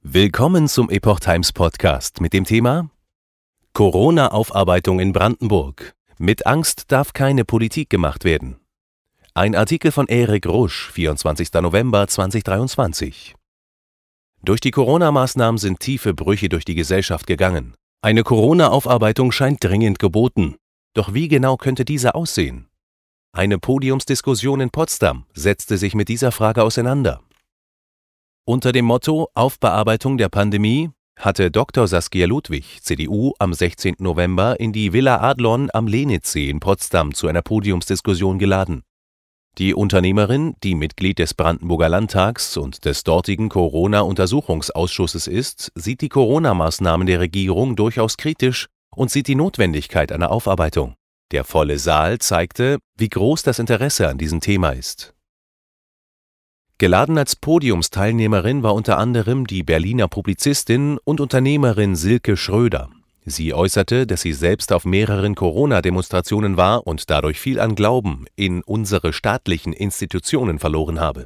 Willkommen zum Epoch Times Podcast mit dem Thema Corona-Aufarbeitung in Brandenburg. Mit Angst darf keine Politik gemacht werden. Ein Artikel von Erik Rusch, 24. November 2023. Durch die Corona-Maßnahmen sind tiefe Brüche durch die Gesellschaft gegangen. Eine Corona-Aufarbeitung scheint dringend geboten. Doch wie genau könnte diese aussehen? Eine Podiumsdiskussion in Potsdam setzte sich mit dieser Frage auseinander. Unter dem Motto Aufbearbeitung der Pandemie hatte Dr. Saskia Ludwig, CDU, am 16. November in die Villa Adlon am Lenitzsee in Potsdam zu einer Podiumsdiskussion geladen. Die Unternehmerin, die Mitglied des Brandenburger Landtags und des dortigen Corona-Untersuchungsausschusses ist, sieht die Corona-Maßnahmen der Regierung durchaus kritisch und sieht die Notwendigkeit einer Aufarbeitung. Der volle Saal zeigte, wie groß das Interesse an diesem Thema ist. Geladen als Podiumsteilnehmerin war unter anderem die Berliner Publizistin und Unternehmerin Silke Schröder. Sie äußerte, dass sie selbst auf mehreren Corona-Demonstrationen war und dadurch viel an Glauben in unsere staatlichen Institutionen verloren habe.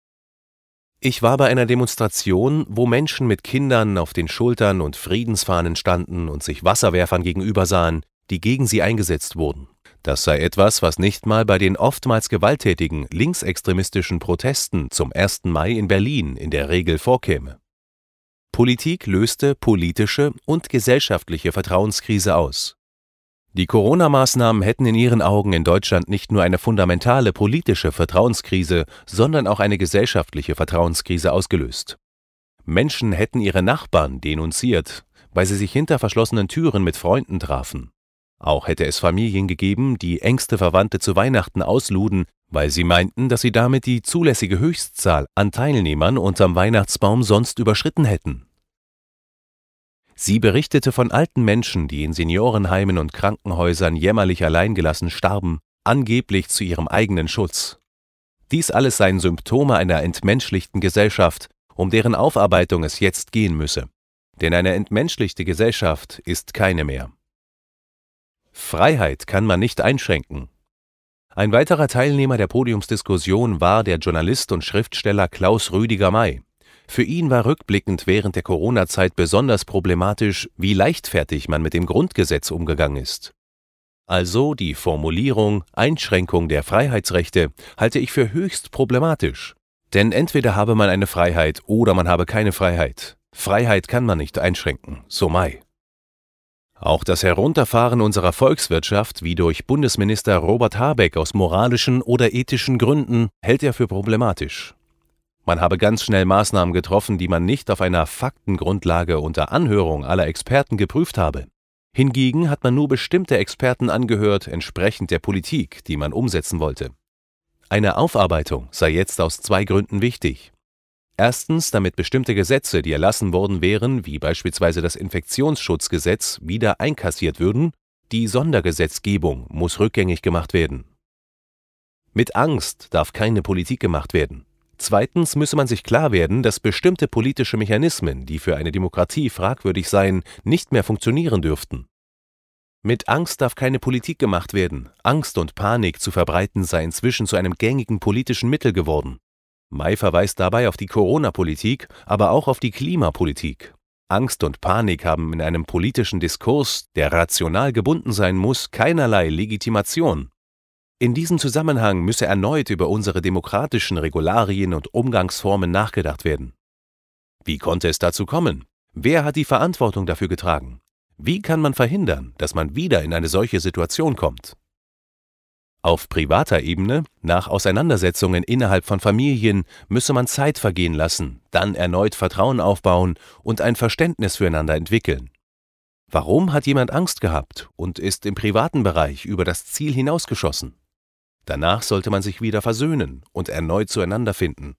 Ich war bei einer Demonstration, wo Menschen mit Kindern auf den Schultern und Friedensfahnen standen und sich Wasserwerfern gegenübersahen, die gegen sie eingesetzt wurden. Das sei etwas, was nicht mal bei den oftmals gewalttätigen linksextremistischen Protesten zum 1. Mai in Berlin in der Regel vorkäme. Politik löste politische und gesellschaftliche Vertrauenskrise aus. Die Corona-Maßnahmen hätten in ihren Augen in Deutschland nicht nur eine fundamentale politische Vertrauenskrise, sondern auch eine gesellschaftliche Vertrauenskrise ausgelöst. Menschen hätten ihre Nachbarn denunziert, weil sie sich hinter verschlossenen Türen mit Freunden trafen. Auch hätte es Familien gegeben, die engste Verwandte zu Weihnachten ausluden, weil sie meinten, dass sie damit die zulässige Höchstzahl an Teilnehmern unterm Weihnachtsbaum sonst überschritten hätten. Sie berichtete von alten Menschen, die in Seniorenheimen und Krankenhäusern jämmerlich alleingelassen starben, angeblich zu ihrem eigenen Schutz. Dies alles seien Symptome einer entmenschlichten Gesellschaft, um deren Aufarbeitung es jetzt gehen müsse. Denn eine entmenschlichte Gesellschaft ist keine mehr. Freiheit kann man nicht einschränken. Ein weiterer Teilnehmer der Podiumsdiskussion war der Journalist und Schriftsteller Klaus Rüdiger May. Für ihn war rückblickend während der Corona-Zeit besonders problematisch, wie leichtfertig man mit dem Grundgesetz umgegangen ist. Also die Formulierung Einschränkung der Freiheitsrechte halte ich für höchst problematisch. Denn entweder habe man eine Freiheit oder man habe keine Freiheit. Freiheit kann man nicht einschränken, so May. Auch das Herunterfahren unserer Volkswirtschaft, wie durch Bundesminister Robert Habeck aus moralischen oder ethischen Gründen, hält er für problematisch. Man habe ganz schnell Maßnahmen getroffen, die man nicht auf einer Faktengrundlage unter Anhörung aller Experten geprüft habe. Hingegen hat man nur bestimmte Experten angehört, entsprechend der Politik, die man umsetzen wollte. Eine Aufarbeitung sei jetzt aus 2 Gründen wichtig. Erstens, damit bestimmte Gesetze, die erlassen worden wären, wie beispielsweise das Infektionsschutzgesetz, wieder einkassiert würden. Die Sondergesetzgebung muss rückgängig gemacht werden. Mit Angst darf keine Politik gemacht werden. Zweitens müsse man sich klar werden, dass bestimmte politische Mechanismen, die für eine Demokratie fragwürdig seien, nicht mehr funktionieren dürften. Mit Angst darf keine Politik gemacht werden. Angst und Panik zu verbreiten sei inzwischen zu einem gängigen politischen Mittel geworden. May verweist dabei auf die Corona-Politik, aber auch auf die Klimapolitik. Angst und Panik haben in einem politischen Diskurs, der rational gebunden sein muss, keinerlei Legitimation. In diesem Zusammenhang müsse erneut über unsere demokratischen Regularien und Umgangsformen nachgedacht werden. Wie konnte es dazu kommen? Wer hat die Verantwortung dafür getragen? Wie kann man verhindern, dass man wieder in eine solche Situation kommt? Auf privater Ebene, nach Auseinandersetzungen innerhalb von Familien, müsse man Zeit vergehen lassen, dann erneut Vertrauen aufbauen und ein Verständnis füreinander entwickeln. Warum hat jemand Angst gehabt und ist im privaten Bereich über das Ziel hinausgeschossen? Danach sollte man sich wieder versöhnen und erneut zueinander finden.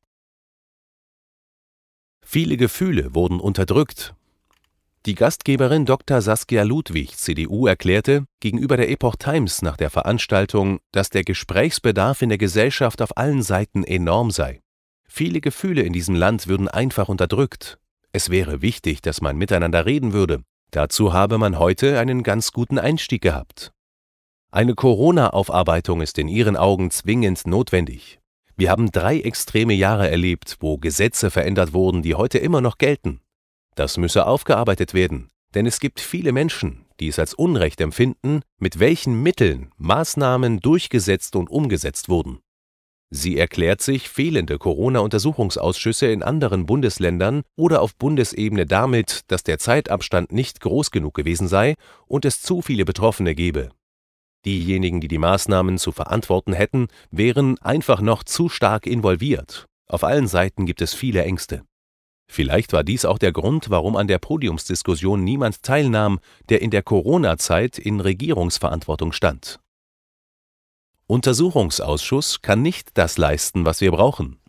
Viele Gefühle wurden unterdrückt. Die Gastgeberin Dr. Saskia Ludwig, CDU, erklärte gegenüber der Epoch Times nach der Veranstaltung, dass der Gesprächsbedarf in der Gesellschaft auf allen Seiten enorm sei. Viele Gefühle in diesem Land würden einfach unterdrückt. Es wäre wichtig, dass man miteinander reden würde. Dazu habe man heute einen ganz guten Einstieg gehabt. Eine Corona-Aufarbeitung ist in ihren Augen zwingend notwendig. Wir haben 3 extreme Jahre erlebt, wo Gesetze verändert wurden, die heute immer noch gelten. Das müsse aufgearbeitet werden, denn es gibt viele Menschen, die es als Unrecht empfinden, mit welchen Mitteln Maßnahmen durchgesetzt und umgesetzt wurden. Sie erklärt sich fehlende Corona-Untersuchungsausschüsse in anderen Bundesländern oder auf Bundesebene damit, dass der Zeitabstand nicht groß genug gewesen sei und es zu viele Betroffene gebe. Diejenigen, die die Maßnahmen zu verantworten hätten, wären einfach noch zu stark involviert. Auf allen Seiten gibt es viele Ängste. Vielleicht war dies auch der Grund, warum an der Podiumsdiskussion niemand teilnahm, der in der Corona-Zeit in Regierungsverantwortung stand. Untersuchungsausschuss kann nicht das leisten, was wir brauchen.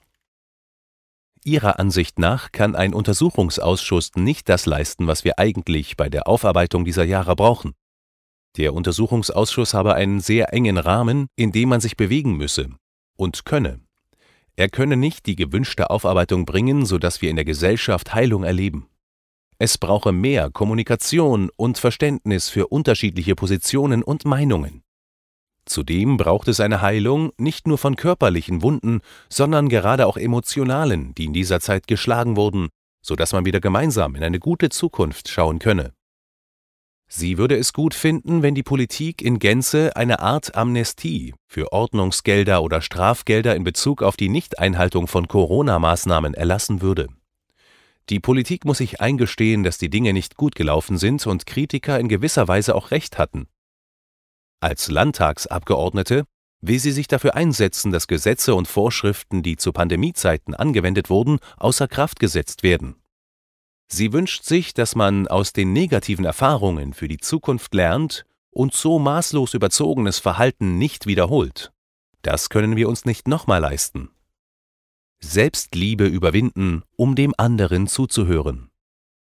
Ihrer Ansicht nach kann ein Untersuchungsausschuss nicht das leisten, was wir eigentlich bei der Aufarbeitung dieser Jahre brauchen. Der Untersuchungsausschuss habe einen sehr engen Rahmen, in dem man sich bewegen müsse und könne. Er könne nicht die gewünschte Aufarbeitung bringen, sodass wir in der Gesellschaft Heilung erleben. Es brauche mehr Kommunikation und Verständnis für unterschiedliche Positionen und Meinungen. Zudem braucht es eine Heilung nicht nur von körperlichen Wunden, sondern gerade auch emotionalen, die in dieser Zeit geschlagen wurden, sodass man wieder gemeinsam in eine gute Zukunft schauen könne. Sie würde es gut finden, wenn die Politik in Gänze eine Art Amnestie für Ordnungsgelder oder Strafgelder in Bezug auf die Nichteinhaltung von Corona-Maßnahmen erlassen würde. Die Politik muss sich eingestehen, dass die Dinge nicht gut gelaufen sind und Kritiker in gewisser Weise auch recht hatten. Als Landtagsabgeordnete will sie sich dafür einsetzen, dass Gesetze und Vorschriften, die zu Pandemiezeiten angewendet wurden, außer Kraft gesetzt werden. Sie wünscht sich, dass man aus den negativen Erfahrungen für die Zukunft lernt und so maßlos überzogenes Verhalten nicht wiederholt. Das können wir uns nicht nochmal leisten. Selbstliebe überwinden, um dem anderen zuzuhören.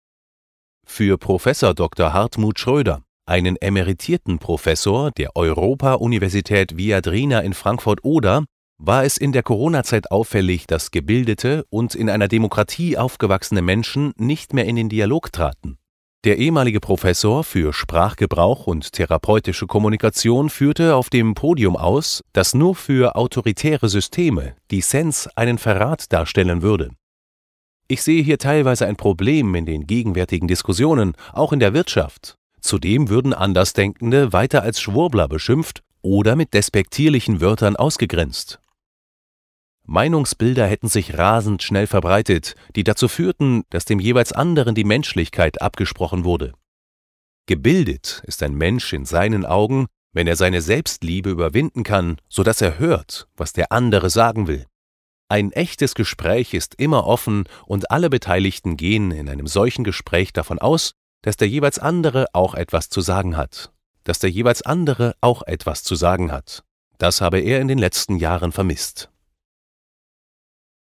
Für Professor Dr. Hartmut Schröder, einen emeritierten Professor der Europa-Universität Viadrina in Frankfurt-Oder, war es in der Corona-Zeit auffällig, dass gebildete und in einer Demokratie aufgewachsene Menschen nicht mehr in den Dialog traten. Der ehemalige Professor für Sprachgebrauch und therapeutische Kommunikation führte auf dem Podium aus, dass nur für autoritäre Systeme Dissens einen Verrat darstellen würde. Ich sehe hier teilweise ein Problem in den gegenwärtigen Diskussionen, auch in der Wirtschaft. Zudem würden Andersdenkende weiter als Schwurbler beschimpft oder mit despektierlichen Wörtern ausgegrenzt. Meinungsbilder hätten sich rasend schnell verbreitet, die dazu führten, dass dem jeweils anderen die Menschlichkeit abgesprochen wurde. Gebildet ist ein Mensch in seinen Augen, wenn er seine Selbstliebe überwinden kann, sodass er hört, was der andere sagen will. Ein echtes Gespräch ist immer offen und alle Beteiligten gehen in einem solchen Gespräch davon aus, dass der jeweils andere auch etwas zu sagen hat. Das habe er in den letzten Jahren vermisst.